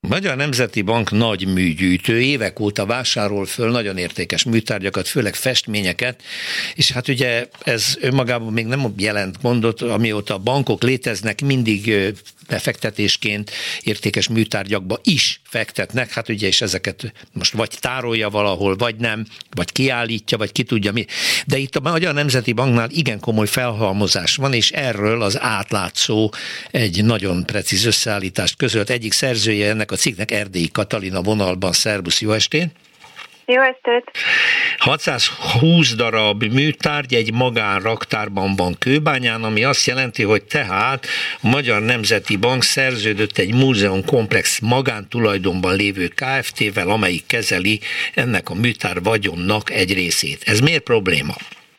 Magyar Nemzeti Bank nagy műgyűjtő, évek óta vásárol föl nagyon értékes műtárgyakat, főleg festményeket, és hát ugye ez önmagában még nem jelent gondot, amióta a bankok léteznek, mindig befektetésként értékes műtárgyakba is fektetnek, hát ugye és ezeket most vagy tárolja valahol, vagy nem, vagy kiállítja, vagy ki tudja mi. De itt a Magyar Nemzeti Banknál igen komoly felhalmozás van, és erről az átlátszó egy nagyon precíz összeállítást közölt. Egyik szerzője ennek a cikknek Erdélyi Katalina vonalban. Szerbusz, jó estét! Jó estét! 620 darab műtárgy egy magánraktárban van Kőbányán, ami azt jelenti, hogy tehát a Magyar Nemzeti Bank szerződött egy múzeumkomplex magántulajdonban lévő Kft-vel, amelyik kezeli ennek a műtár vagyonnak egy részét. Ez miért probléma?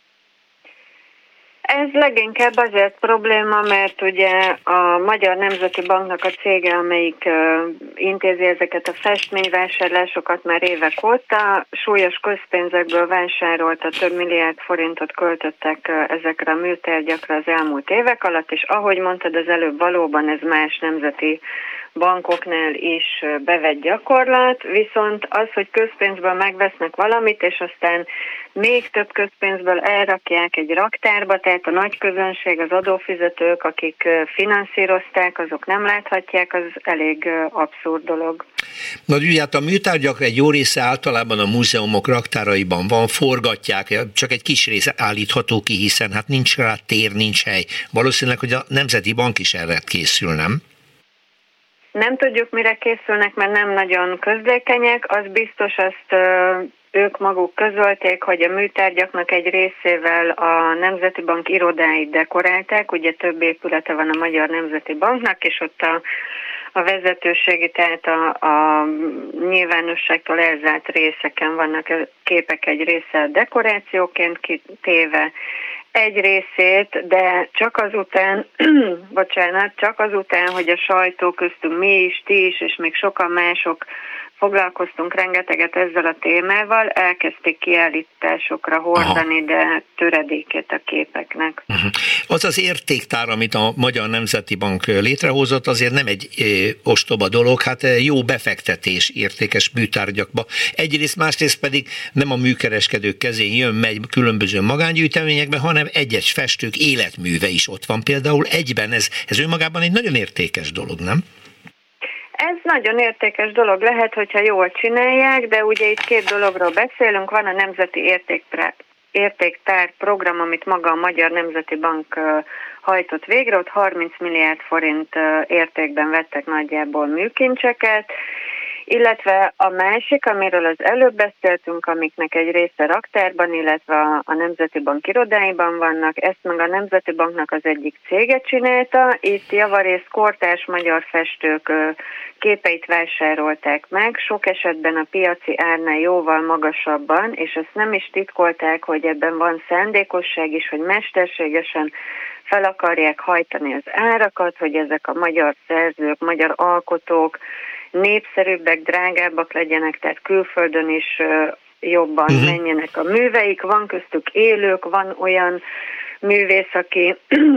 Ez leginkább azért probléma, mert ugye a Magyar Nemzeti Banknak a cége, amelyik intézi ezeket a festményvásárlásokat már évek óta, súlyos közpénzekből vásárolta, több milliárd forintot költöttek ezekre a műtárgyakra az elmúlt évek alatt, és ahogy mondtad az előbb, valóban ez más nemzeti bankoknál is bevett gyakorlat, viszont az, hogy közpénzből megvesznek valamit, és aztán még több közpénzből elrakják egy raktárba, tehát a nagy közönség, az adófizetők, akik finanszírozták, azok nem láthatják, az elég abszurd dolog. Na, ugye hát a műtárgyakra egy jó része általában a múzeumok raktáraiban van, forgatják, csak egy kis része állítható ki, hiszen hát nincs rá tér, nincs hely. Valószínűleg, hogy a Nemzeti Bank is erre készül, nem? Nem tudjuk, mire készülnek, mert nem nagyon közlékenyek. Az biztos, azt ők maguk közölték, hogy a műtárgyaknak egy részével a Nemzeti Bank irodáit dekorálták. Ugye több épülete van a Magyar Nemzeti Banknak, és ott a vezetőségi, tehát a nyilvánosságtól elzárt részeken vannak képek, egy része dekorációként kitéve, egy részét, de csak azután, csak azután, hogy a sajtó, köztünk mi is, ti is, és még sokan mások foglalkoztunk rengeteget ezzel a témával, elkezdték kiállításokra hordani, de töredékét a képeknek. Az az értéktár, amit a Magyar Nemzeti Bank létrehozott, azért nem egy ostoba dolog, hát jó befektetés értékes műtárgyakba. Egyrészt, másrészt pedig nem a műkereskedők kezén jön-megy különböző magángyűjteményekbe, hanem egyes festők életműve is ott van. Például egyben ez önmagában egy nagyon értékes dolog, nem? Ez nagyon értékes dolog lehet, hogyha jól csinálják, de ugye itt két dologról beszélünk. Van a Nemzeti Értéktár program, amit maga a Magyar Nemzeti Bank hajtott végre, ott 30 milliárd forint értékben vettek nagyjából műkincseket, illetve a másik, amiről az előbb beszéltünk, amiknek egy része raktárban, illetve a Nemzeti Bank irodáiban vannak, ezt meg a Nemzeti Banknak az egyik cége csinálta. Itt javarészt kortárs magyar festők képeit vásárolták meg, sok esetben a piaci árnál jóval magasabban, és ezt nem is titkolták, hogy ebben van szándékosság is, hogy mesterségesen fel akarják hajtani az árakat, hogy ezek a magyar szerzők, magyar alkotók népszerűbbek, drágábbak legyenek, tehát külföldön is jobban menjenek a műveik. Van köztük élők, van olyan művész, aki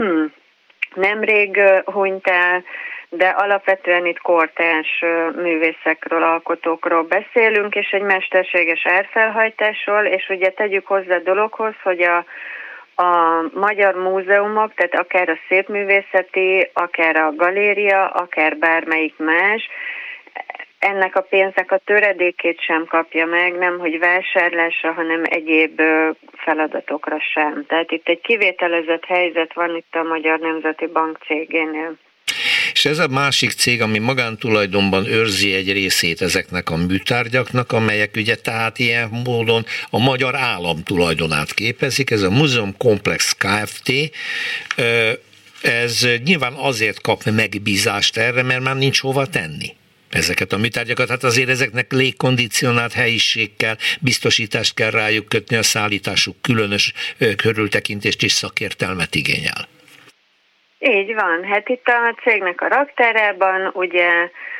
nemrég hunyt el, de alapvetően itt kortárs művészekről, alkotókról beszélünk, és egy mesterséges árfelhajtásról, és ugye tegyük hozzá a dologhoz, hogy a magyar múzeumok, tehát akár a szépművészeti, akár a galéria, akár bármelyik más, ennek a pénznek a töredékét sem kapja meg, nem hogy vásárlásra, hanem egyéb feladatokra sem. Tehát itt egy kivételezett helyzet van itt a Magyar Nemzeti Bank cégénél. És ez a másik cég, ami magántulajdonban őrzi egy részét ezeknek a műtárgyaknak, amelyek ugye tehát ilyen módon a magyar állam tulajdonát képezik, ez a múzeumkomplex Kft. Ez nyilván azért kap megbízást erre, mert már nincs hova tenni ezeket a műtárgyakat. Hát azért ezeknek légkondicionált helyiség kell, biztosítást kell rájuk kötni, a szállításuk különös körültekintést és szakértelmet igényel. Így van. Hát itt a cégnek a raktárában ugye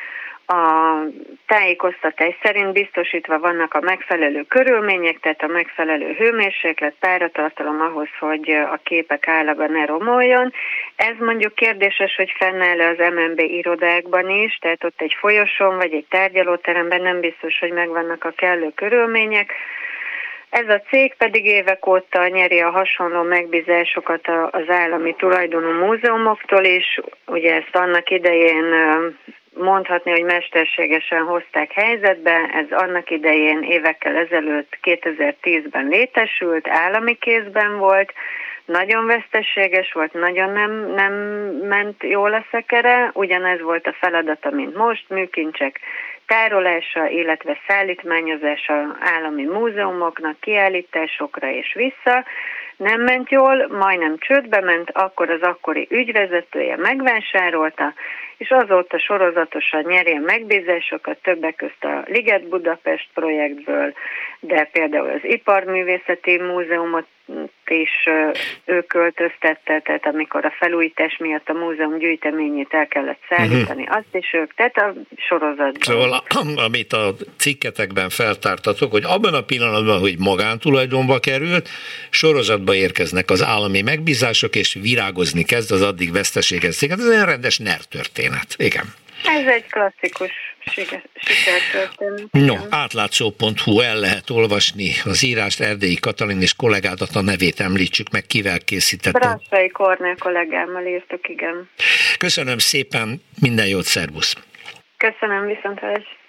A tájékoztatás szerint biztosítva vannak a megfelelő körülmények, tehát a megfelelő hőmérséklet, páratartalom ahhoz, hogy a képek állaga ne romoljon. Ez mondjuk kérdéses, hogy fennáll az MNB irodákban is, tehát ott egy folyosón vagy egy tárgyalóteremben nem biztos, hogy megvannak a kellő körülmények. Ez a cég pedig évek óta nyeri a hasonló megbízásokat az állami tulajdonú múzeumoktól is. Ugye ezt annak idején mondhatni, hogy mesterségesen hozták helyzetbe, ez annak idején évekkel ezelőtt 2010-ben létesült, állami kézben volt, nagyon veszteséges volt, nagyon nem ment jól a szekere, ugyanez volt a feladata, mint most, műkincsek tárolása, illetve szállítmányozása állami múzeumoknak, kiállításokra és vissza. Nem ment jól, majdnem csődbe ment, akkor az akkori ügyvezetője megvásárolta, és azóta sorozatosan nyeri a megbízásokat, többek közt a Liget Budapest projektből, de például az Iparművészeti Múzeumot is ő költöztette, tehát amikor a felújítás miatt a múzeum gyűjteményét el kellett szállítani, azt is ők, tehát a sorozatban. Szóval, amit a cikketekben feltártatok, hogy abban a pillanatban, hogy magántulajdonba került, sorozatba érkeznek az állami megbízások, és virágozni kezd az addig veszteséges cég. Ez egy rendes NER történet. Igen. Ez egy klasszikus sikertörténet. No, átlátszó.hu, el lehet olvasni az írást, Erdélyi Katalin és kollégádat, a nevét említsük meg, kivel készítettem. Brassai Kornél kollégámmal írtuk, igen. Köszönöm szépen, minden jót, szervusz! Köszönöm, viszontlátásra.